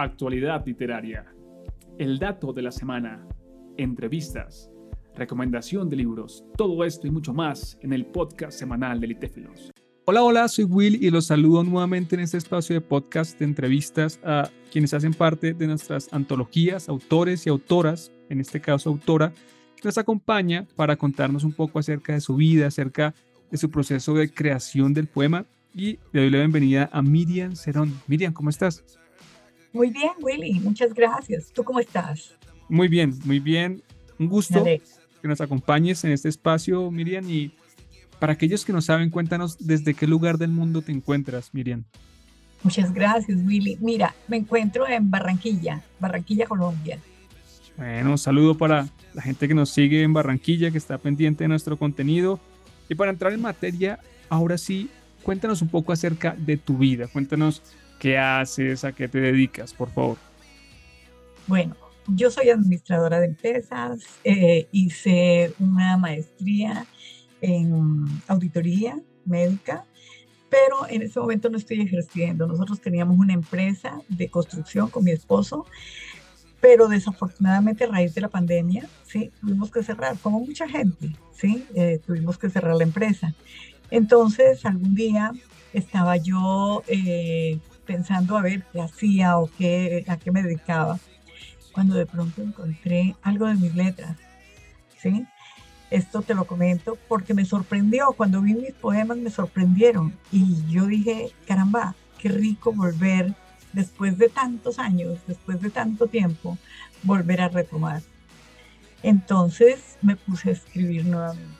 actualidad literaria, el dato de la semana, entrevistas, recomendación de libros, todo esto y mucho más en el podcast semanal de Litéfilos. Hola, soy Will y los saludo nuevamente en este espacio de podcast de entrevistas a quienes hacen parte de nuestras antologías, autores y autoras, en este caso autora, que nos acompaña para contarnos un poco acerca de su vida, acerca de su proceso de creación del poema. Y le doy la bienvenida a Miriam Cerón. Miriam, ¿cómo estás? Muy bien, Willy, muchas gracias. ¿Tú cómo estás? Muy bien, muy bien. Un Me gusto alegro. que nos acompañes en este espacio, Miriam. Y para aquellos que no saben, cuéntanos desde qué lugar del mundo te encuentras, Miriam. Muchas gracias, Willy. Mira, me encuentro en Barranquilla, Barranquilla, Colombia. Bueno, un saludo para la gente que nos sigue en Barranquilla, que está pendiente de nuestro contenido. Y para entrar en materia, ahora sí, cuéntanos un poco acerca de tu vida. Cuéntanos qué haces, a qué te dedicas, por favor. Bueno, yo soy administradora de empresas, hice una maestría en auditoría médica, pero en ese momento no estoy ejerciendo. Nosotros teníamos una empresa de construcción con mi esposo, pero desafortunadamente a raíz de la pandemia, sí, tuvimos que cerrar, como mucha gente, sí, tuvimos que cerrar la empresa. Entonces, algún día estaba yo pensando a ver qué hacía o a qué me dedicaba, cuando de pronto encontré algo de mis letras, ¿sí? Esto te lo comento porque me sorprendió, cuando vi mis poemas me sorprendieron y yo dije, caramba, qué rico volver después de tantos años, después de tanto tiempo, volver a retomar. Entonces me puse a escribir nuevamente.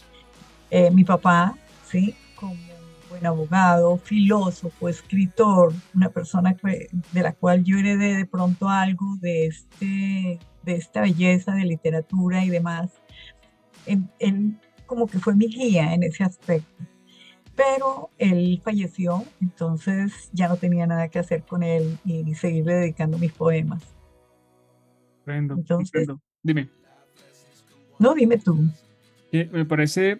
Mi papá, ¿sí? Como buen abogado, filósofo, escritor, una persona de la cual yo heredé de pronto algo de esta belleza de literatura y demás. Él como que fue mi guía en ese aspecto. Pero él falleció, entonces ya no tenía nada que hacer con él y seguirle dedicando mis poemas. Comprendo, Entonces, comprendo. Dime. no, dime tú. Me parece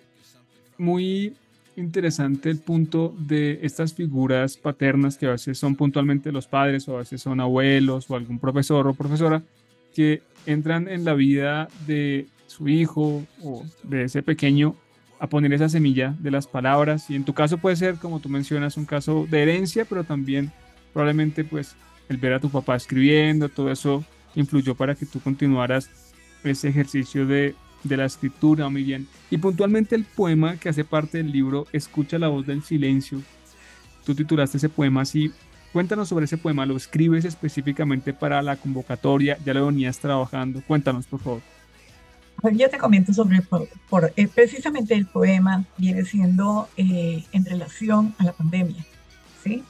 muy interesante el punto de estas figuras paternas que a veces son puntualmente los padres o a veces son abuelos o algún profesor o profesora que entran en la vida de su hijo o de ese pequeño a poner esa semilla de las palabras, y en tu caso puede ser, como tú mencionas, un caso de herencia, pero también probablemente pues el ver a tu papá escribiendo, todo eso influyó para que tú continuaras ese ejercicio de la escritura, muy bien. Y puntualmente el poema que hace parte del libro, Escucha la voz del silencio. Tú titulaste ese poema así. Cuéntanos sobre ese poema. ¿Lo escribes específicamente para la convocatoria? ¿Ya lo venías trabajando? Cuéntanos, por favor. Bueno, yo te comento sobre precisamente el poema viene siendo en relación a la pandemia, ¿sí?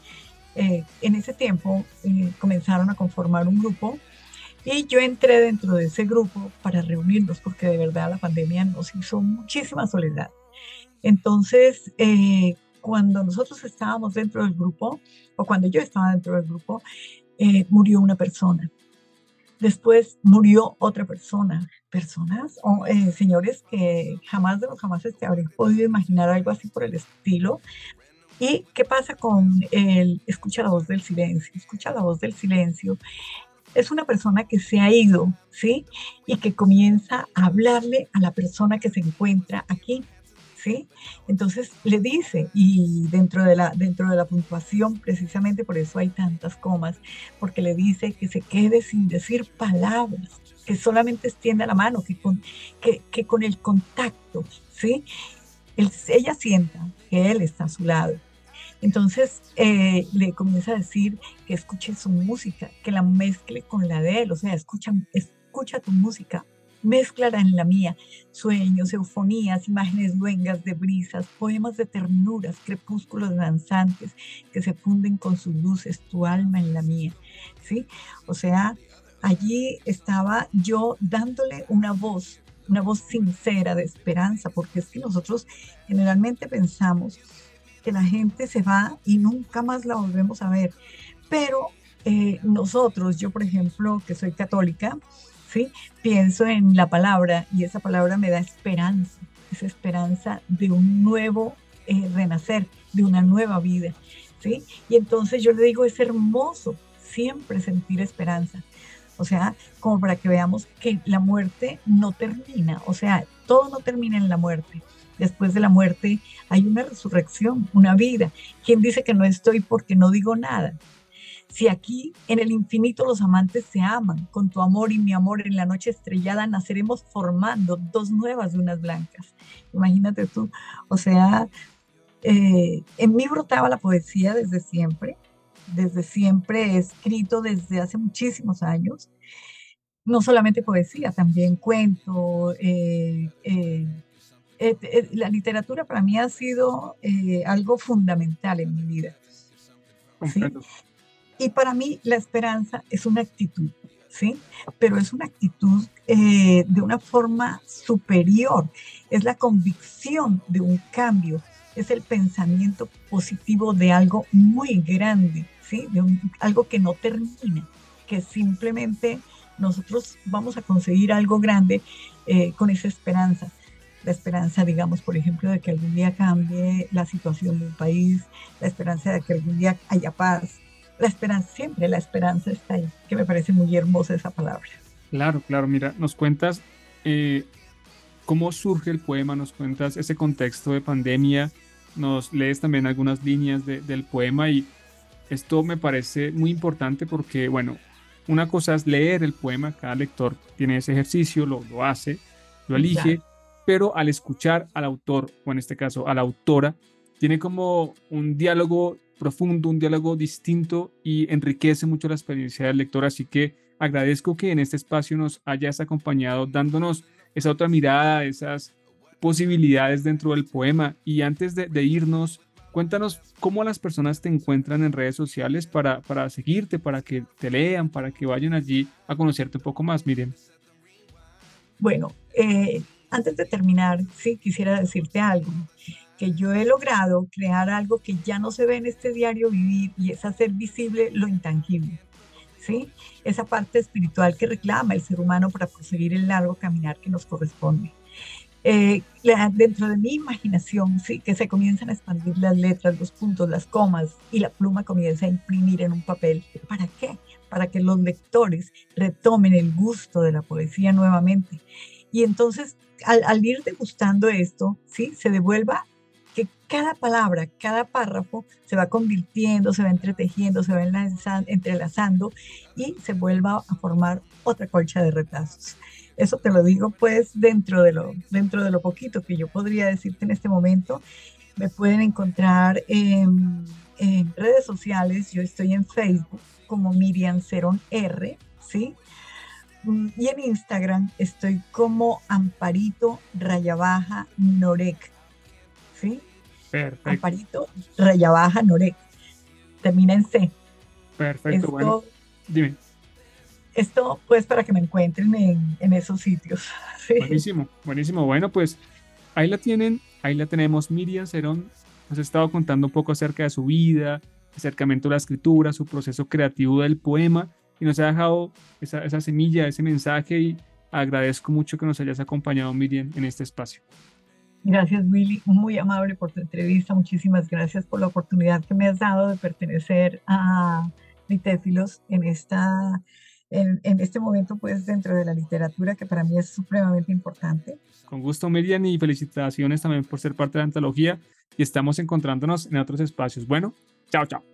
En ese tiempo comenzaron a conformar un grupo y yo entré dentro de ese grupo para reunirnos porque de verdad la pandemia nos hizo muchísima soledad. Entonces, cuando nosotros estábamos dentro del grupo, o cuando yo estaba dentro del grupo, murió una persona. Después murió otra persona. Personas, señores que jamás de los jamás te habrían podido imaginar algo así por el estilo. ¿Y qué pasa con el escucha la voz del silencio? Escucha la voz del silencio. Es una persona que se ha ido, ¿sí? Y que comienza a hablarle a la persona que se encuentra aquí, ¿sí? Entonces le dice, y dentro de la puntuación, precisamente por eso hay tantas comas, porque le dice que se quede sin decir palabras, que solamente extienda la mano, que con el contacto, ¿sí? Ella sienta que él está a su lado. Entonces le comienza a decir que escuche su música, que la mezcle con la de él, o sea, escucha tu música, mézclala en la mía, sueños, eufonías, imágenes luengas de brisas, poemas de ternuras, crepúsculos danzantes que se funden con sus luces, tu alma en la mía, ¿sí? O sea, allí estaba yo dándole una voz sincera de esperanza, porque es que nosotros generalmente pensamos que la gente se va y nunca más la volvemos a ver. Pero nosotros, yo por ejemplo, que soy católica, ¿sí? Pienso en la palabra y esa palabra me da esperanza, esa esperanza de un nuevo renacer, de una nueva vida, ¿sí? Y entonces yo le digo, es hermoso, siempre sentir esperanza. O sea, como para que veamos que la muerte no termina, o sea, todo no termina en la muerte. Después de la muerte hay una resurrección, una vida. ¿Quién dice que no estoy porque no digo nada? Si aquí en el infinito los amantes se aman, con tu amor y mi amor en la noche estrellada naceremos formando dos nuevas lunas blancas. Imagínate tú, o sea, en mí brotaba la poesía desde siempre he escrito desde hace muchísimos años, no solamente poesía, también cuento. La literatura para mí ha sido algo fundamental en mi vida, ¿sí? Comprendo. Y para mí la esperanza es una actitud, ¿sí? Pero es una actitud de una forma superior, es la convicción de un cambio, es el pensamiento positivo de algo muy grande, ¿sí? Algo que no termina, que simplemente nosotros vamos a conseguir algo grande con esa esperanza. La esperanza, digamos, por ejemplo, de que algún día cambie la situación de un país, la esperanza de que algún día haya paz, la esperanza, siempre la esperanza está ahí, que me parece muy hermosa esa palabra. Claro, claro, mira, nos cuentas eh, cómo surge el poema, nos cuentas ese contexto de pandemia, nos lees también algunas líneas del poema y esto me parece muy importante porque, bueno, una cosa es leer el poema, cada lector tiene ese ejercicio, lo hace, lo Sí, claro. elige, pero al escuchar al autor, o en este caso a la autora, tiene como un diálogo profundo, un diálogo distinto y enriquece mucho la experiencia del lector. Así que agradezco que en este espacio nos hayas acompañado dándonos esa otra mirada, esas posibilidades dentro del poema. Y antes de irnos, cuéntanos cómo las personas te encuentran en redes sociales para seguirte, para que te lean, para que vayan allí a conocerte un poco más, Miriam. Bueno, antes de terminar, sí, quisiera decirte algo, que yo he logrado crear algo que ya no se ve en este diario vivir y es hacer visible lo intangible, ¿sí? Esa parte espiritual que reclama el ser humano para proseguir el largo caminar que nos corresponde. Dentro de mi imaginación, sí, que se comienzan a expandir las letras, los puntos, las comas y la pluma comienza a imprimir en un papel. ¿Para qué? Para que los lectores retomen el gusto de la poesía nuevamente. Y entonces, al ir degustando esto, sí, se devuelva que cada palabra, cada párrafo se va convirtiendo, se va entretejiendo, se va entrelazando y se vuelva a formar otra colcha de retazos. Eso te lo digo pues dentro de lo poquito que yo podría decirte en este momento. Me pueden encontrar en redes sociales. Yo estoy en Facebook como Miriam Cerón R, ¿sí? Y en Instagram estoy como Amparito Raya Baja Norec, ¿sí? Perfecto, Amparito Raya Baja Norec. Termina en C. perfecto. Bueno, Esto, dime. esto pues para que me encuentren en esos sitios. Sí. Buenísimo, buenísimo. Bueno, pues ahí la tienen, ahí la tenemos. Miriam Cerón nos ha estado contando un poco acerca de su vida, acercamiento a la escritura, su proceso creativo del poema y nos ha dejado esa semilla, ese mensaje y agradezco mucho que nos hayas acompañado, Miriam, en este espacio. Gracias, Willy. Muy amable por tu entrevista. Muchísimas gracias por la oportunidad que me has dado de pertenecer a Litéfilos en este momento, pues, dentro de la literatura, que para mí es supremamente importante. Con gusto, Miriam, y felicitaciones también por ser parte de la antología y estamos encontrándonos en otros espacios. Bueno, chao, chao.